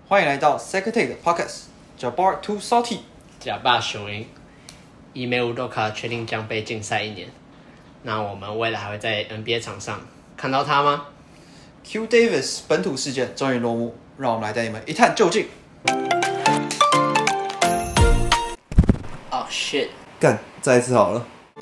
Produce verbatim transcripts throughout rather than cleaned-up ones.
欢迎来到 Second Take 的 Podcast， 叫 Bar Too Salty， 假霸雄鹰，伊梅乌多卡确定将被禁赛一年。那我们未来还会在 N B A 场上看到他吗 ？Q Davis 本土事件终于落幕，让我们来带你们一探究竟。 Oh shit！ 干，再一次好了。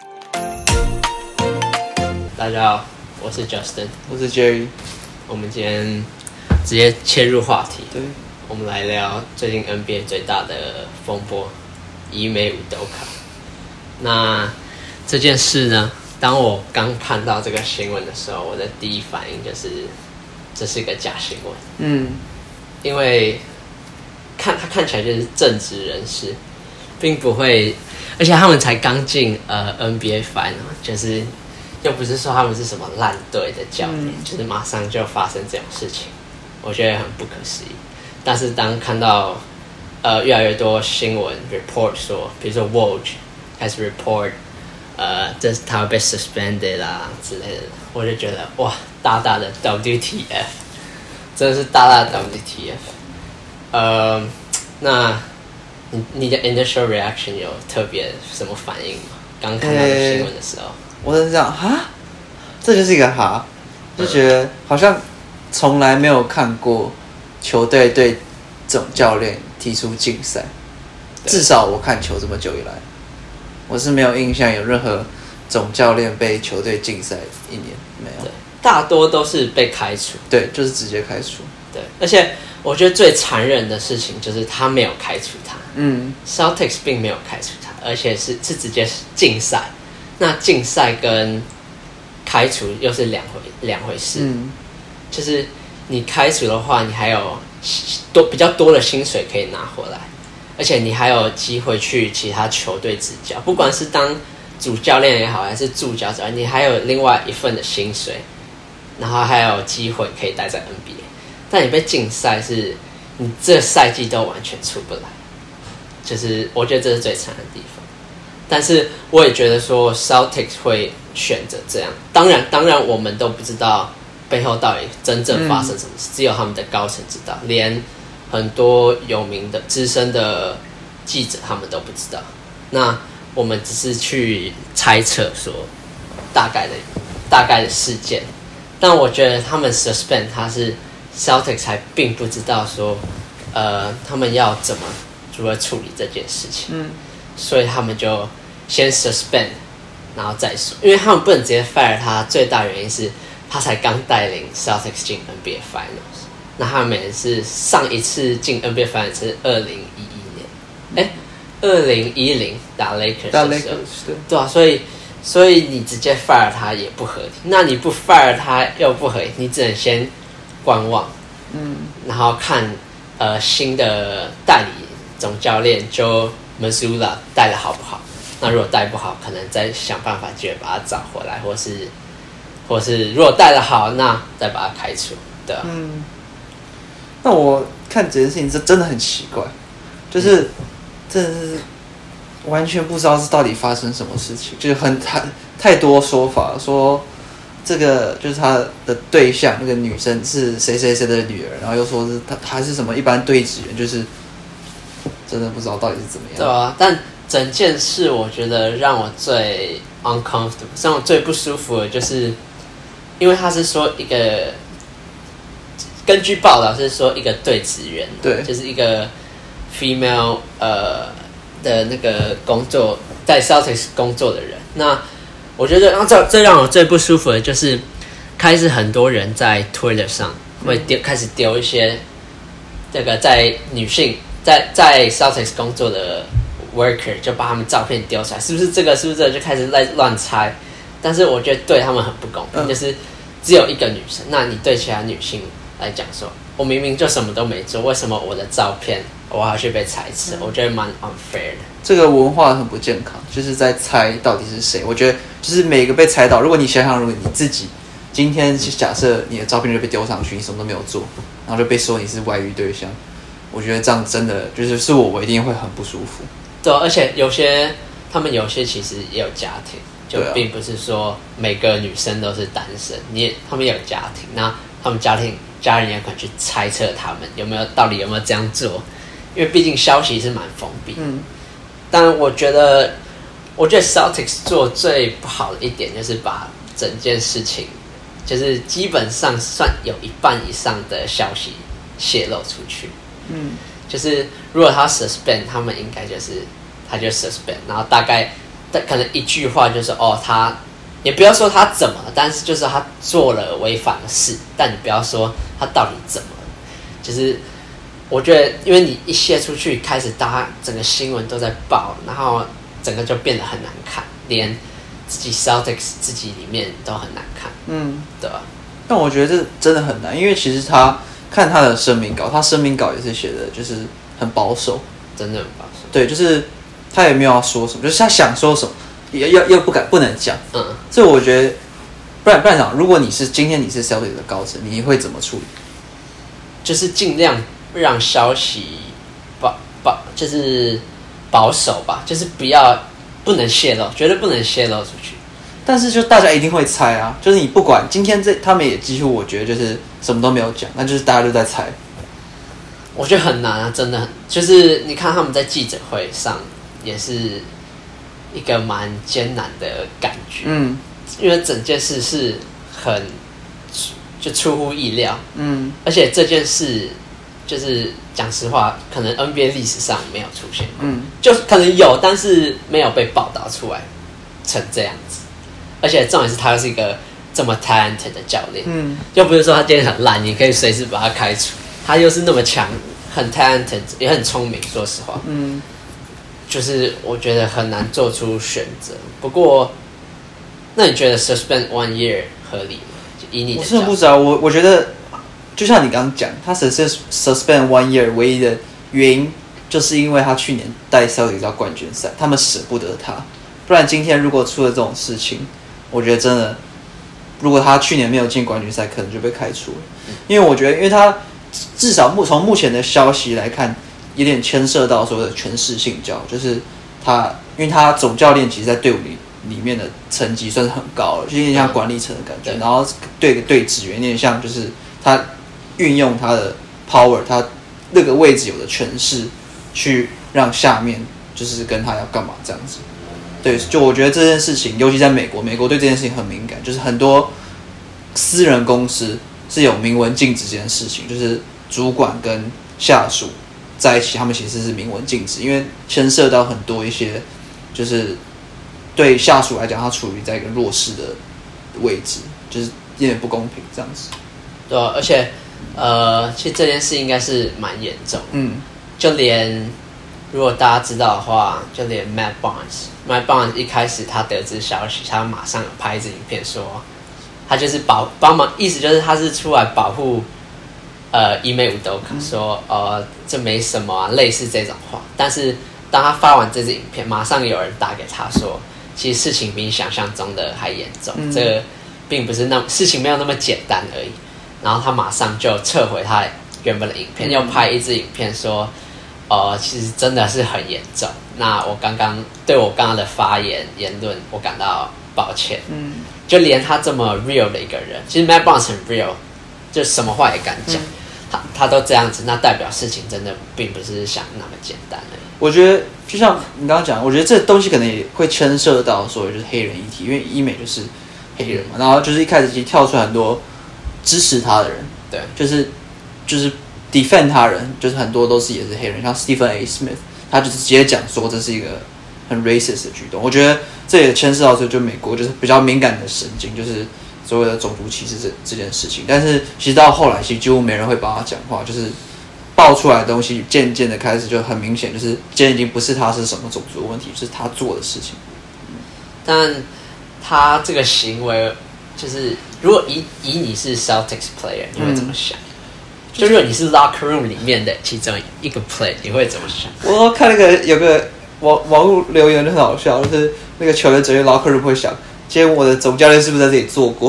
大家好，我是 Justin， 我是 Jerry。 我们今天直接切入话题， 对， 我们来聊最近 N B A 最大的风波——伊梅乌多卡。那这件事呢，当我刚看到这个新闻的时候，我的第一反应就是这是一个假新闻。 嗯， 因为看他看起来就是正直人士，并不会，而且他们才刚进呃 N B A Final， 就是又不是说他们是什么烂队的教练，嗯、就是马上就发生这种事情，我觉得很不可思议。但是当看到呃越来越多新闻 report 说，比如说 Woj 开始 report， 呃，这他会被 suspended 啦之类的，我就觉得哇，大大的 W T F， 真的是大大的 W T F。呃，那你你的 initial reaction 有特别什么反应吗？刚看到新闻的时候，欸、 我是这样哈，这就是一个哈，就觉得好像从来没有看过球队对这种教练提出禁赛，至少我看球这么久以来，我是没有印象有任何总教练被球队禁赛一年，没有， 大多都是被开除， 对，就是直接开除， 对，而且我觉得最残忍的事情就是他没有开除他，嗯 ，Celtics 并没有开除他，而且是是直接禁赛，那禁赛跟开除又是两回两回事，嗯，就是你开除的话，你还有多比较多的薪水可以拿回来，而且你还有机会去其他球队执教，不管是当主教练也好，还是助教者，你还有另外一份的薪水，然后还有机会可以待在 N B A。但你被禁赛是，你这赛季都完全出不来，就是我觉得这是最惨的地方。但是我也觉得说 Celtics 会选择这样，当然，当然我们都不知道背后到底真正发生什么事，嗯、只有他们的高层知道，连很多有名的资深的记者他们都不知道。那我们只是去猜测说大概的大概的事件，但我觉得他们 suspend 他是 Celtics 还并不知道说，呃，他们要怎么如何处理这件事情，嗯，所以他们就先 suspend， 然后再说，因为他们不能直接 fire 他，最大原因是他才刚带领 Celtics 进 N B A Finals， 那他们也是上一次进 N B A Finals 是二零一一年，哎、嗯。二零一零打 Lakers 打 Lakers 对对啊，所以所以你直接 fire 他也不合理，那你不 fire 他又不合理，你只能先观望，嗯，然后看呃新的代理总教练 Joe Mazzulla 带的好不好，那如果带不好，可能再想办法继续把他找回来，或是或是如果带的好，那再把他开除，对啊， 嗯，那我看这件事情是真的很奇怪，就是。嗯真的是完全不知道是到底发生什么事情，就是很太太多说法，说这个就是他的对象那个女生是谁谁谁的女儿，然后又说是他他是什么一般对职员，就是真的不知道到底是怎么样。 对啊，但整件事我觉得让我最 uncomfortable， 让我最不舒服的就是，因为他是说一个，根据报道是说一个对职员， 对， 就是一个。female 呃的那个工作在 Celtics 工作的人，那我觉得，然后这这让我最不舒服的就是，开始很多人在 Twitter 上会丢、嗯、开始丢一些这个在女性在在 Celtics 工作的 worker， 就把他们照片丢出来，是不是这个？是不是这个？就开始在乱猜。但是我觉得对他们很不公平，嗯、就是只有一个女生，那你对其他女性来讲说，我明明就什么都没做，为什么我的照片？我还要去被裁斥，我觉得蛮 unfair 的。 这个文化很不健康，就是在猜到底是谁。我觉得就是每个被猜到，如果你想想，如果你自己今天假设你的照片就被丢上去，你什么都没有做，然后就被说你是外遇对象，我觉得这样真的就是是我，我一定会很不舒服。 对，而且有些他们有些其实也有家庭，就并不是说每个女生都是单身，你也他们也有家庭，那他们家庭家人也可能去猜测他们有没有到底有没有这样做，因为毕竟消息是蛮封闭。嗯，但我觉得，我觉得 Celtics 做最不好的一点就是把整件事情，就是基本上算有一半以上的消息泄露出去。嗯，就是如果他 suspend， 他们应该就是他就 suspend， 然后大概可能一句话就是哦他。也不要说他怎么了，但是就是他做了违反的事，但你不要说他到底怎么了。就是我觉得，因为你一泄出去，开始大家整个新闻都在报，然后整个就变得很难看，连自己 Celtics 自己里面都很难看。嗯，对吧？ 但我觉得这真的很难，因为其实他看他的声明稿，他声明稿也是写的就是很保守， 真的很保守。 对，就是他也没有要说什么，就是他想说什么。又又又不敢不能讲，嗯，所以我觉得，不然不然讲，如果你是今天你是 Celtics 的高层，你会怎么处理？ 就是尽量让消息保保，就是保守吧，就是不要不能泄露，绝对不能泄露出去。 但是就大家一定会猜啊，就是你不管今天这他们也几乎我觉得就是什么都没有讲，那就是大家都在猜。 我觉得很难啊，真的很，就是你看他们在记者会上也是。一个蛮艰难的感觉，嗯，因为整件事是很就出乎意料，嗯，而且这件事就是讲实话，可能 N B A 历史上没有出现过，嗯，就可能有，但是没有被报道出来成这样子，而且重点是他又是一个这么 talented 的教练，嗯，又不是说他今天很烂，你可以随时把他开除，他又是那么强，很 talented， 也很聪明，说实话，嗯。就是我觉得很难做出选择。不过，那你觉得 suspend one year 合理吗？就以你的角度， 我是不知道。我我觉得，就像你刚刚讲，他 suspend one year 唯一的原因，就是因为他去年带 Celtics 到冠军赛，他们舍不得他。不然今天如果出了这种事情，我觉得真的，如果他去年没有进冠军赛，可能就被开除了。因为我觉得，因为他至少目从目前的消息来看。有点牵涉到所谓的权势性交，就是他，因为他总教练其实，在队伍里里面的层级算是很高了，就有点像管理层的感觉。然后对对职员有点像，就是他运用他的 power， 他那个位置有的权势，去让下面就是跟他要干嘛这样子。对，就我觉得这件事情，尤其在美国，美国对这件事情很敏感，就是很多私人公司是有明文禁止这件事情，就是主管跟下属。在一起，他们其实是明文禁止，因为牵涉到很多一些，就是对下属来讲，他处于在一个弱势的位置，就是有点不公平这样子。 对、啊，而且呃，其实这件事应该是蛮严重，嗯，就连如果大家知道的话，就连 Matt Barnes，Matt Barnes 一开始他得知消息，他马上有拍一支影片说，他就是保帮忙，意思就是他是出来保护。呃，伊梅乌多卡说，呃，这没什么啊，类似这种话。但是当他发完这支影片，马上有人打给他说，其实事情比你想象中的还严重，嗯、这个并不是那事情没有那么简单而已。然后他马上就撤回他原本的影片，嗯、又拍一支影片说，呃，其实真的是很严重。那我刚刚对我刚刚的发言言论，我感到抱歉。嗯，就连他这么 real 的一个人，其实 Matt Barnes 很 real， 就什么话也敢讲。嗯他, 他都这样子，那代表事情真的并不是想那么简单而已。 我觉得就像你刚刚讲，我觉得这东西可能也会牵涉到所谓就是黑人议题，因为医美就是黑人嘛，然后就是一开始其实跳出来很多支持他的人， 对， 就是就是 defend 他人，就是很多都是也是黑人，像 Stephen A. Smith， 他就是直接讲说这是一个很 racist 的举动。我觉得这也牵涉到就美国就是比较敏感的神经，就是所谓的种族歧视 这, 这件事情。但是其实到后来，其实几乎没人会帮他讲话，就是爆出来的东西渐渐的开始就很明显，就是今天已经不是他是什么种族的问题，是他做的事情。 但他这个行为，就是如果以以你是 Celtics player， 你会怎么想？嗯、就如果你是 locker room 里面的其中一个 play， 你会怎么想？ 我看那个有个网网络留言就很好笑，就是那个球员整个 locker room 会想，今天我的总教练是不是在这里做过？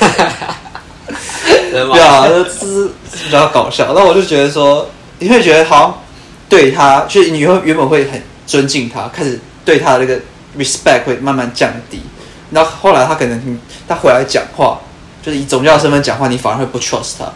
对啊，这是比较搞笑。那我就觉得说，你会觉得好像对他，就你会原本会很尊敬他，开始对他的那个 respect 会慢慢降低。然后后来他可能他回来讲话，就是以总教练身份讲话，你反而会不 trust 他。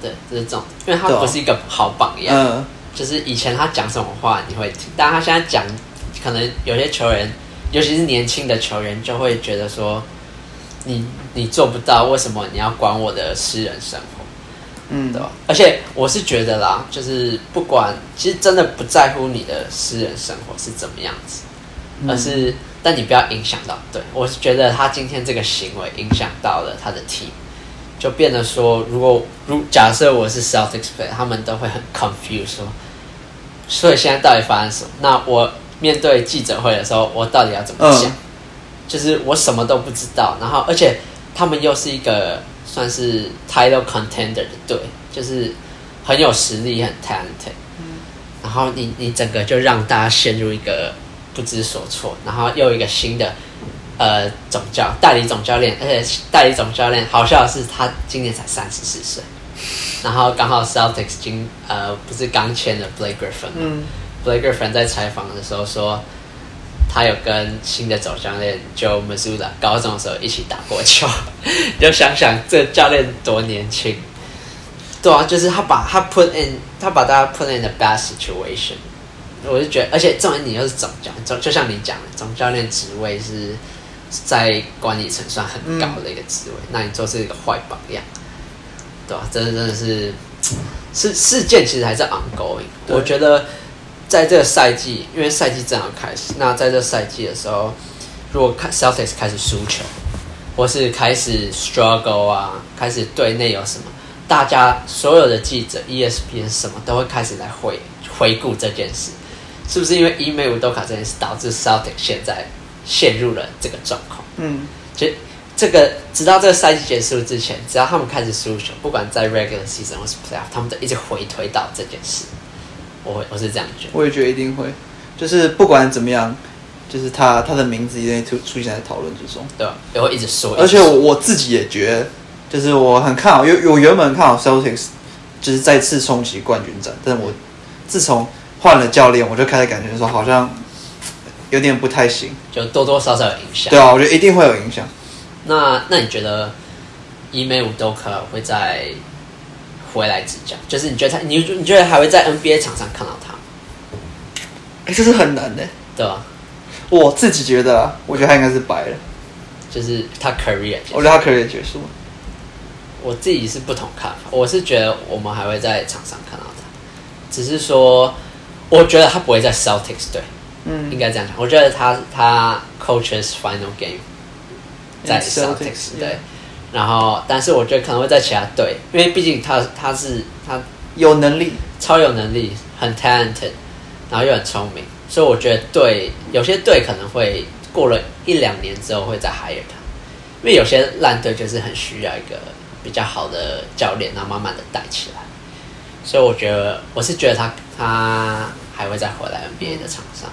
对，这是重点，因为他不是一个好榜样。嗯，就是以前他讲什么话你会听，但他现在讲，可能有些球员，尤其是年轻的球员，就会觉得说，你你做不到，为什么你要管我的私人生活？嗯，对吧？而且我是觉得啦，就是不管，其实真的不在乎你的私人生活是怎么样子，嗯、而是，但你不要影响到。对，我是觉得他今天这个行为影响到了他的 team， 就变得说，如果如假设我是 Celtics player， 他们都会很 confused 说，所以现在到底发生什么？那我面对记者会的时候，我到底要怎么讲？嗯、就是我什么都不知道，然后而且他们又是一个。算是 title contender 的队，就是很有实力，很 talented，嗯、然后你你整个就让大家陷入一个不知所措，然后又有一个新的呃总教代理总教练，而且代理总教练好笑的是他今年才三十四岁，然后刚好 Celtics 今呃不是刚签的 Blake Griffin 嘛、嗯、Blake Griffin 在采访的时候说。他有跟新的总教练 Joe Mazzulla 高中的时候一起打过球，你就想想这个教练多年轻，对啊，就是他把他 put in， 他把大家 put in a bad situation， 我就觉得，而且重点你又是总教练，就像你讲的，总教练职位是在管理层算很高的一个职位，嗯、那你做是一个坏榜样，对啊，真的真的是是事件其实还是 ongoing， 我觉得。在这个赛季，因为赛季正好开始，那在这赛季的时候，如果 Celtics 开始输球，或是开始 struggle 啊，开始队内有什么，大家所有的记者 E S P N 什么都会开始来回回顾这件事，是不是因为伊梅乌多卡这件事导致 Celtics 现在陷入了这个状况？嗯，就这个直到这个赛季结束之前，只要他们开始输球，不管在 regular season 或是 playoff， 他们都一直回推到这件事。我我是这样觉得， 我也觉得一定会，就是不管怎么样，就是他他的名字一定会出出现在讨论之中， 对吧？也会一直说， 而且我我自己也觉得，就是我很看好，因为我原本看好 Celtics， 就是再次冲击冠军战，但是我自从换了教练，我就开始感觉说好像有点不太行， 就多多少少有影响。 对啊，我觉得一定会有影响。 那那你觉得伊梅乌多卡会在？回来执教，就是你觉得他，你你觉得还会在 N B A 场上看到他吗？ 哎、欸，这是很难的， 对吧？ 我自己觉得、啊，我觉得他应该是白了， 就是他 career 结束。 我觉得他 career 结束。 我自己是不同看法，我是觉得我们还会在场上看到他，只是说，我觉得他不会在 Celtics 队，嗯，应该这样讲。我觉得他他 coaches final game 在 Celtics 对。然后，但是我觉得可能会在其他队，因为毕竟他他是他有能力， 超有能力，很 talented， 然后又很聪明，所以我觉得队有些队可能会过了一两年之后会再 hire 他，因为有些烂队就是很需要一个比较好的教练，然后慢慢的带起来。所以我觉得我是觉得他他还会再回来 N B A 的场上。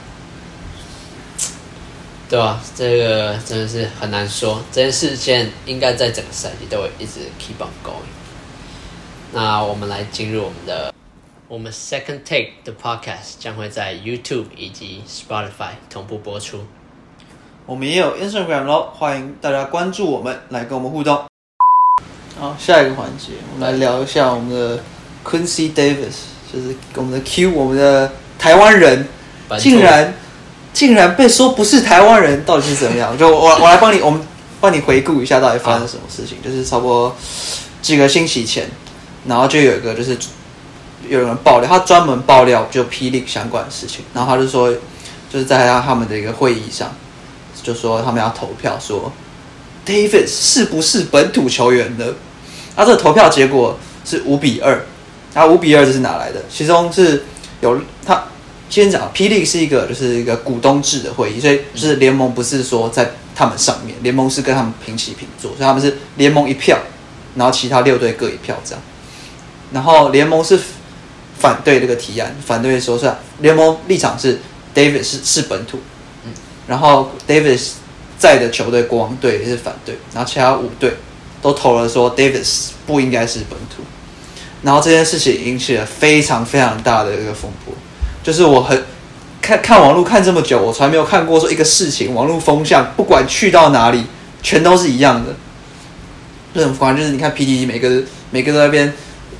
对啊，这个真的是很难说。这件事件应该在整个赛季都会一直 keep on going。那我们来进入我们的我们 Second Take 的 podcast 将会在 YouTube 以及 Spotify 同步播出。 我们也有 Instagram 咯，欢迎大家关注我们，来跟我们互动。好，下一个环节，我们来聊一下我们的 Quincy Davis， 就是我们的 Q， 我们的台湾人，竟然。竟然被说不是台湾人，到底是怎么样？就我我来帮你，我们帮你回顾一下到底发生什么事情。就是差不多几个星期前，然后就有一个就是有人爆料，他专门爆料就霹雳相关的事情。然后他就说，就是在他们的一个会议上，就说他们要投票说 Davis 是不是本土球员的？啊，这个投票结果是五比二。啊，五比二这是哪来的？其中是有他。先讲，霹雳是一个就是一个股东制的会议，所以就是联盟不是说在他们上面，联盟是跟他们平起平坐，所以他们是联盟一票，然后其他六队各一票这样。然后联盟是反对这个提案，反对说是联盟立场是 Davis 是是本土，然后 Davis 在的球队国王队也是反对，然后其他五队都投了说 Davis 不应该是本土，然后这件事情引起了非常非常大的一个风波。就是我很看看网络看这么久，我从来没有看过说一个事情网络风向不管去到哪里全都是一样的。就很夸张，就是你看 P T T 每个每个都在那边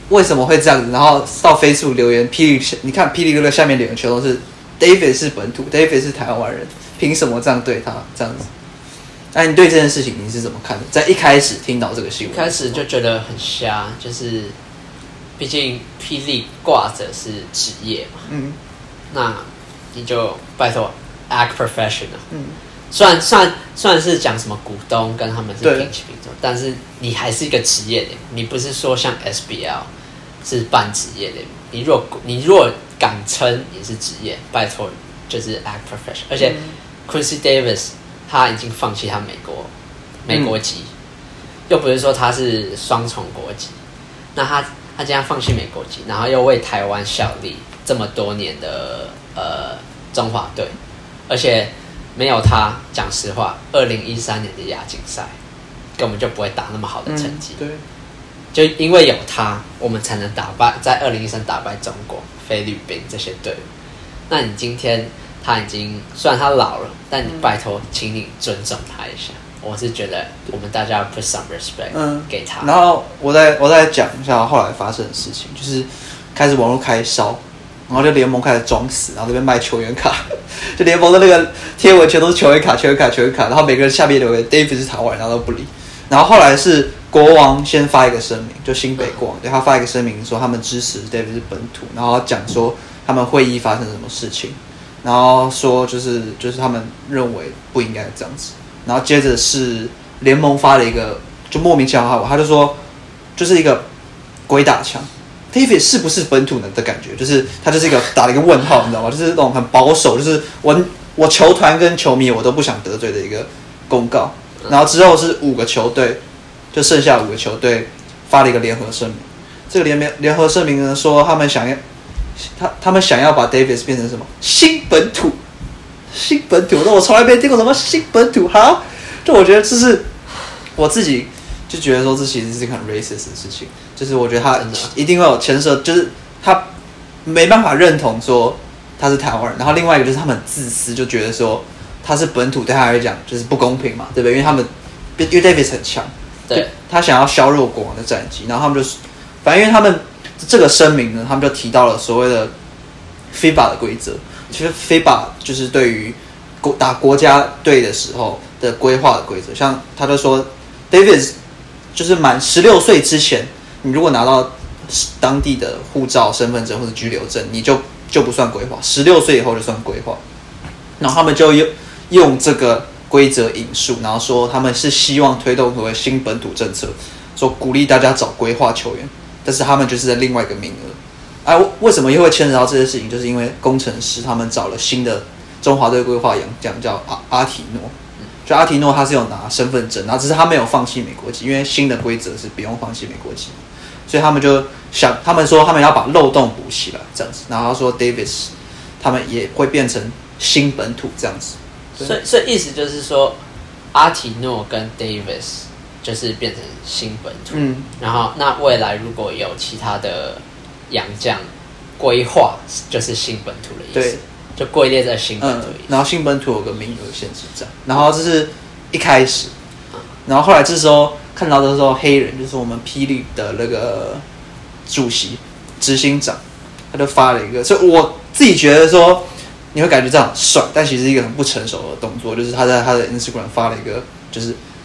为什么会这样子？然后到 Facebook 留言，霹雳，你看霹雳哥哥下面留言全都是 David 是本土 ，David 是台湾人，凭什么这样对他？这样子？那你对这件事情你是怎么看的？在一开始听到这个新闻， 一开始就觉得很瞎，就是毕竟霹雳挂着是职业嘛，嗯，那你就拜托 act professional，嗯，虽然虽然虽然是讲什么股东跟他们是平起平坐，但是你还是一个职业的，你不是说像 S B L 是半职业的，你若你若敢称你是职业，拜托就是 act professional， 而且 Quincy Davis。他已经放弃他美国美国籍，嗯、又不是说他是双重国籍，那他他竟然放弃美国籍，然后又为台湾效力这么多年的呃中华队，而且没有他，讲实话，二零一三年的亚锦赛根本就不会打那么好的成绩。 嗯、对， 就因为有他，我们才能打败在二零一三打败中国、菲律宾这些队伍。那你今天。他已经虽然他老了，但你拜托，请你尊重他一下。我是觉得我们大家要 put some respect，嗯，给他。 然后我再我再讲一下后来发生的事情，就是开始网络开烧，然后就联盟开始装死，然后这边卖球员卡，就联盟的那个贴文全都是球员卡、球员卡、球员卡，然后每个人下面留言 David 是台湾人，然后都不理。然后后来是国王先发一个声明，就新北国王，对他发一个声明说他们支持 David 是本土，然后讲说他们会议发生什么事情。然后说就是就是他们认为不应该这样子，然后接着是联盟发了一个就莫名其妙的话，他就说就是一个鬼打墙 ，David 是不是本土人的感觉，就是他就是一个打了一个问号，你知道吗？就是那种很保守，就是我我球团跟球迷我都不想得罪的一个公告。然后之后是五个球队，就剩下五个球队发了一个联合声明，这个联联合声明呢说他们想要。他他们想要把 Davis 变成什么新本土，新本土，那我从来没听过什么新本土哈，就我觉得这是我自己就觉得说这其实是很 racist 的事情，就是我觉得他一定会有牵涉，就是他没办法认同说他是台湾人，然后另外一个就是他们很自私，就觉得说他是本土对他来讲就是不公平嘛，对不对？因为他们因为 Davis 很强， 对， 他想要削弱国王的战绩，然后他们就反正因为他们。这个声明呢，他们就提到了所谓的 F I B A 的规则。其实 F I B A 就是对于打国家队的时候的规划的规则。像他就说 ，David 就是满十六岁之前，你如果拿到当地的护照、身份证或者居留证，你就就不算规划；十六岁以后就算规划。然后他们就用用这个规则引述，然后说他们是希望推动所谓新本土政策，说鼓励大家找规划球员。但是他们就是在另外一个名额，啊，为什么又会牵扯到这些事情？就是因为工程师他们找了新的中华队规划洋将叫阿阿提诺，就阿提诺他是有拿身份证，然后只是他没有放弃美国籍，因为新的规则是不用放弃美国籍，所以他们就想，他们说他们要把漏洞补起来这样子，然后他说 Davis 他们也会变成新本土这样子， 所以所以意思就是说阿提诺跟 Davis。就是变成新本土，嗯，然后那未来如果有其他的洋将规划，就是新本土的意思，对，就归列在新本土的意思、嗯。 然后新本土有个名额限制这样，然后这是一开始，然后后来这时候看到的时候，黑人就是我们霹雳的那个主席执行长，他就发了一个，所以我自己觉得说你会感觉这样很帅，但其实是一个很不成熟的动作，就是他在他的 Instagram 发了一个就是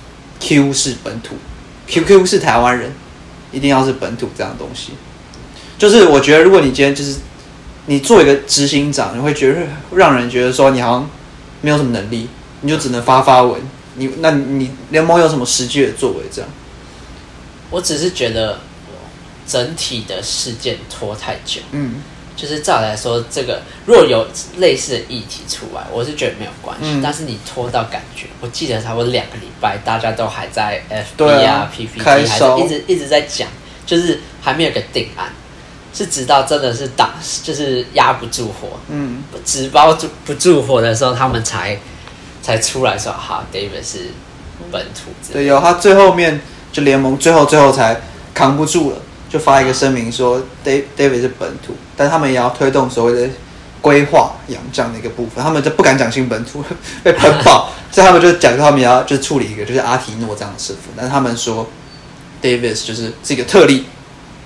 。Q 是本土 ，Q Q 是台湾人，一定要是本土这样的东西。就是我觉得，如果你今天就是你做一个执行长，你会觉得让人觉得说你好像没有什么能力，你就只能发发文。你那你联盟有什么实际的作为？这样， 我只是觉得整体的事件拖太久。嗯。就是照来说，这个如果有类似的议题出来，我是觉得没有关系。嗯、但是你拖到感觉，我记得差不多两个礼拜，大家都还在 F B 啊、啊 P P T 还是一直一直在讲，就是还没有个定案。是直到真的是打，就是压不住火，嗯，纸包不住火的时候，他们才才出来说，哈 ，David 是本土。 对，有他最后面就联盟最后最后才扛不住了。就发一个声明说 ，David 是本土，但他们也要推动所谓的规划洋将的一个部分，他们就不敢讲新本土，被喷爆，所以他们就讲他们也要就处理一个就是阿提诺这样的身份，但是他们说 ，David 就是是一个特例，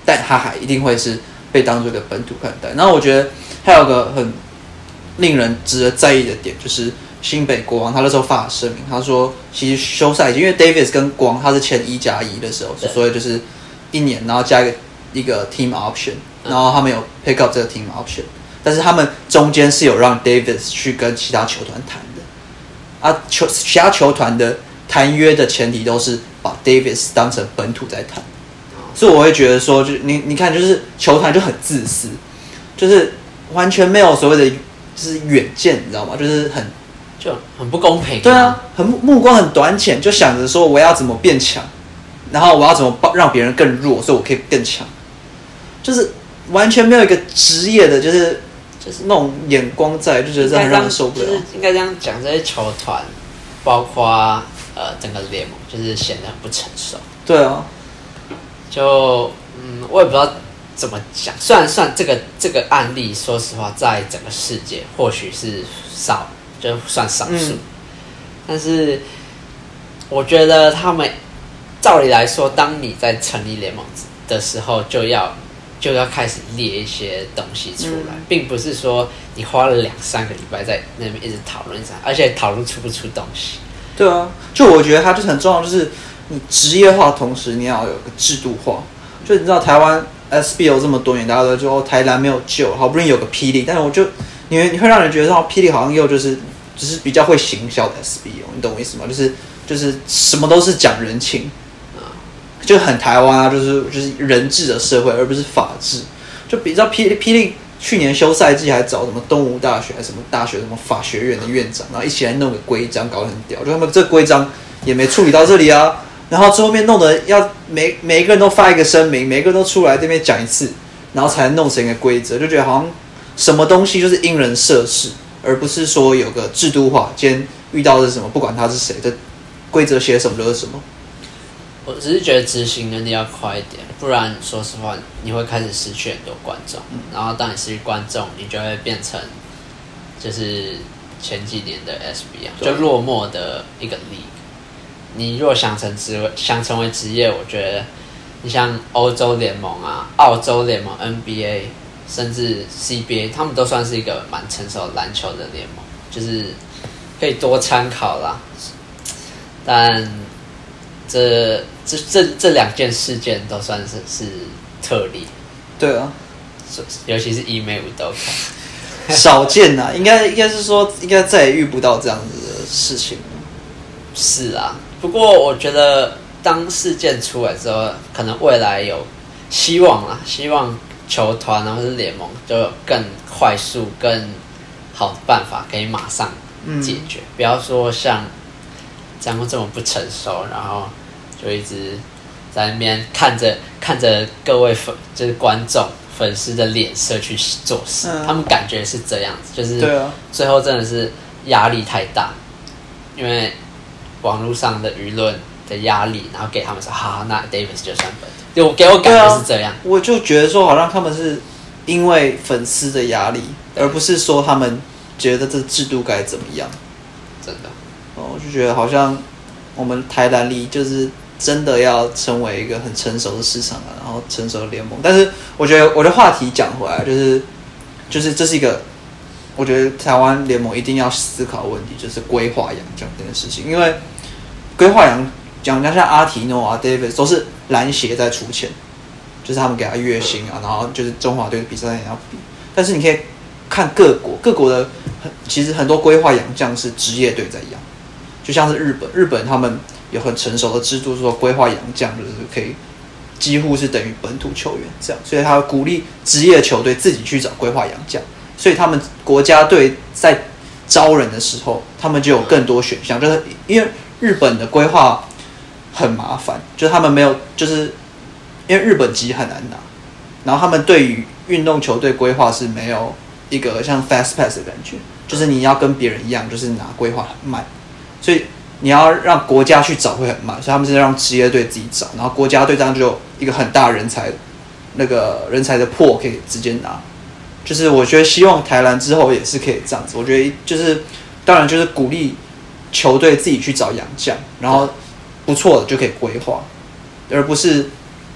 但他还一定会是被当作一个本土看待。然后我觉得还有个很令人值得在意的点，就是新北国王他那时候发了声明，他说其实休赛季，因为 Davis 跟国王他是签一加一的时候，所以就是一年，然后加一个一个 team option， 然后他们有 pick up 这个 team option， 但是他们中间是有让 Davis 去跟其他球团谈的，啊，球其他球团的谈约的前提都是把 Davis 当成本土在谈，所以我会觉得说，就你你看，就是球团就很自私，就是完全没有所谓的就是远见，你知道吗？就是很就很不公平、啊。 对啊，很目光很短浅，就想着说我要怎么变强，然后我要怎么让别人更弱，所以我可以更强，就是完全没有一个职业的，就是就是那种眼光在，就觉得这很让人受不了。 就是应该这样讲，这些球团，包括呃整个联盟，就是显得很不成熟。 对啊， 就嗯，我也不知道怎么讲。虽然算这个这个案例，说实话，在整个世界或许是少，就算少数、嗯，但是我觉得他们照理来说，当你在成立联盟的时候，就要就要开始列一些东西出来，嗯、并不是说你花了两三个礼拜在那边一直讨论上，而且讨论出不出东西。 对啊，就我觉得它就是很重要，就是你职业化的同时，你要有个制度化。就你知道台湾 S B O 这么多年，大家都说台篮没有救，好不容易有个霹雳，但是我就你会你会让人觉得说霹雳好像又就是只是比较会行销的 S B O， 你懂我意思吗？就是就是什么都是讲人情，就很台湾啊，就是就是人治的社会，而不是法治。就比较霹雳霹雳去年休赛季还找什么东吴大学还是什么大学什么法学院的院长，然后一起来弄个规章，搞得很屌。就他们这规章也没处理到这里啊，然后最后面弄得要每每一个人都发一个声明，每一个人都出来这边讲一次，然后才能弄成一个规则，就觉得好像什么东西就是因人设事，而不是说有个制度化。今天遇到的是什么，不管他是谁的规则写什么就是什么。 我只是觉得执行能力要快一点，不然说实话，你会开始失去很多观众。嗯、然后当你失去观众，你就会变成就是前几年的 S B O， 就落寞的一个 league。你如果想成职想成为职业，我觉得你像欧洲联盟啊、澳洲联盟、N B A， 甚至 C B A， 他们都算是一个蛮成熟的篮球的联盟，就是可以多参考啦。但这这这这两件事件都算是是特例， 对啊， 尤其是伊梅乌多卡， 少见呐、啊，应该应该是说，应该再也遇不到这样子的事情了。 是啊，不过我觉得当事件出来之后，可能未来有希望啦，希望球团或者是联盟就有更快速、更好的办法可以马上解决，嗯、不要说像这样这么不成熟，然后就一直在那边看着看着各位粉就是观众粉丝的脸色去做事、嗯，他们感觉是这样子，就是最后真的是压力太大，因为网络上的舆论的压力，然后给他们说好，那 Davis 就算本土，就给我感觉是这样、啊。 我就觉得说，好像他们是因为粉丝的压力，而不是说他们觉得这制度该怎么样。 真的。 哦，我就觉得好像我们台篮里就是真的要成为一个很成熟的市场啊，然后成熟的联盟。但是我觉得我的话题讲回来，就是就是这是一个我觉得台湾联盟一定要思考的问题，就是规划洋将这件事情。因为规划洋将像阿提诺啊、Davis 都是篮协在出钱，就是他们给他月薪啊，然后就是中华队的比赛也要比。但是你可以看各国各国的，其实很多规划洋将是职业队在养。就像是日本，日本他们有很成熟的制度，说规划洋将就是可以几乎是等于本土球员这样，所以他鼓励职业球队自己去找规划洋将，所以他们国家队在招人的时候，他们就有更多选项，就是因为日本的规划很麻烦，就是他们没有，就是因为日本籍很难拿，然后他们对于运动球队规划是没有一个像 fast pass 的感觉，就是你要跟别人一样，就是拿规划很慢。所以你要让国家去找会很慢，所以他们是让职业队自己找，然后国家队这样就有一个很大人才那个人才的破可以直接拿。就是我觉得希望台篮之后也是可以这样子，我觉得就是当然就是鼓励球队自己去找洋将，然后不错的就可以规划，而不是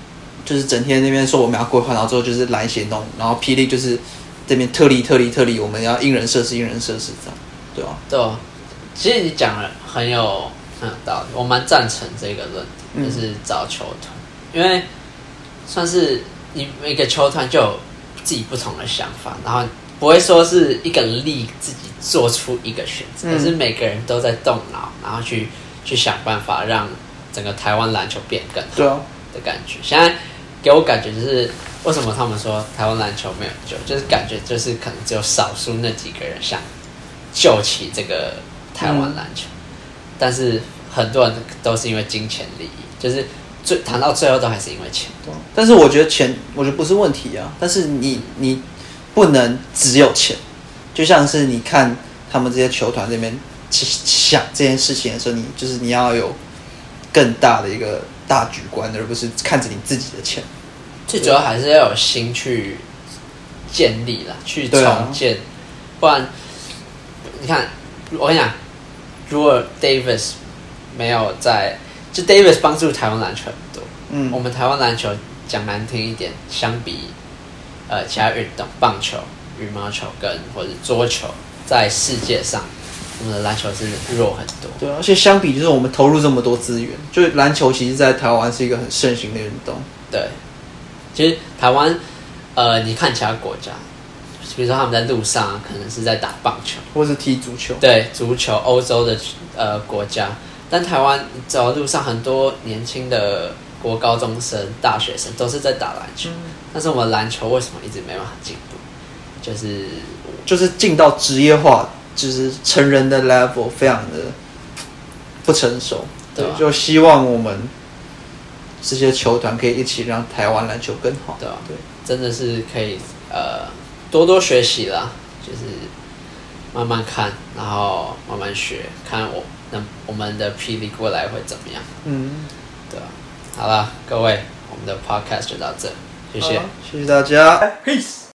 就是整天那边说我们要规划，然后之后就是篮协弄，然后霹雳就是这边特例特例特例，我们要因人设施因人设施这样，对吧、啊？ 对、哦，其实你讲了很有很有道理，我蛮赞成这个论点，就是找球团，嗯、因为算是你每个球团就有自己不同的想法，然后不会说是一个人力自己做出一个选择，而、嗯、是每个人都在动脑，然后去去想办法让整个台湾篮球变更好的感觉。现在给我感觉就是为什么他们说台湾篮球没有救，就是感觉就是可能只有少数那几个人想救起这个台湾篮球、嗯，但是很多人都是因为金钱利益，就是最谈到最后都还是因为钱。 但是我觉得钱，我觉得不是问题啊。但是你你不能只有钱，就像是你看他们这些球团这边想这件事情的时候，你就是你要有更大的一个大局观，而不是看着你自己的钱。 最主要还是要有心去建立啦，去重建，啊、不然你看，我跟你讲，如果 Davis 没有在，就 Davis 帮助台湾篮球很多。嗯，我们台湾篮球讲难听一点，相比呃其他运动，棒球、羽毛球跟或者桌球，在世界上，我们的篮球是弱很多。 对，而且相比就是我们投入这么多资源，就是篮球其实在台湾是一个很盛行的运动。 对，其实台湾，呃，你看其他国家，比如说他们在路上、啊、可能是在打棒球， 或是踢足球。 对，足球，欧洲的呃国家，但台湾走在路上很多年轻的国高中生、大学生都是在打篮球、嗯，但是我们篮球为什么一直没办法进步？就是就是进到职业化，就是成人的 level 非常的不成熟。对，对啊、就希望我们这些球团可以一起让台湾篮球更好。 对啊，对，真的是可以呃多多学习啦，就是慢慢看，然后慢慢学，看我那我们的霹雳未来会怎么样。嗯，对啊。好了，各位，我们的 podcast 就到这，谢谢， 谢谢大家 ，peace。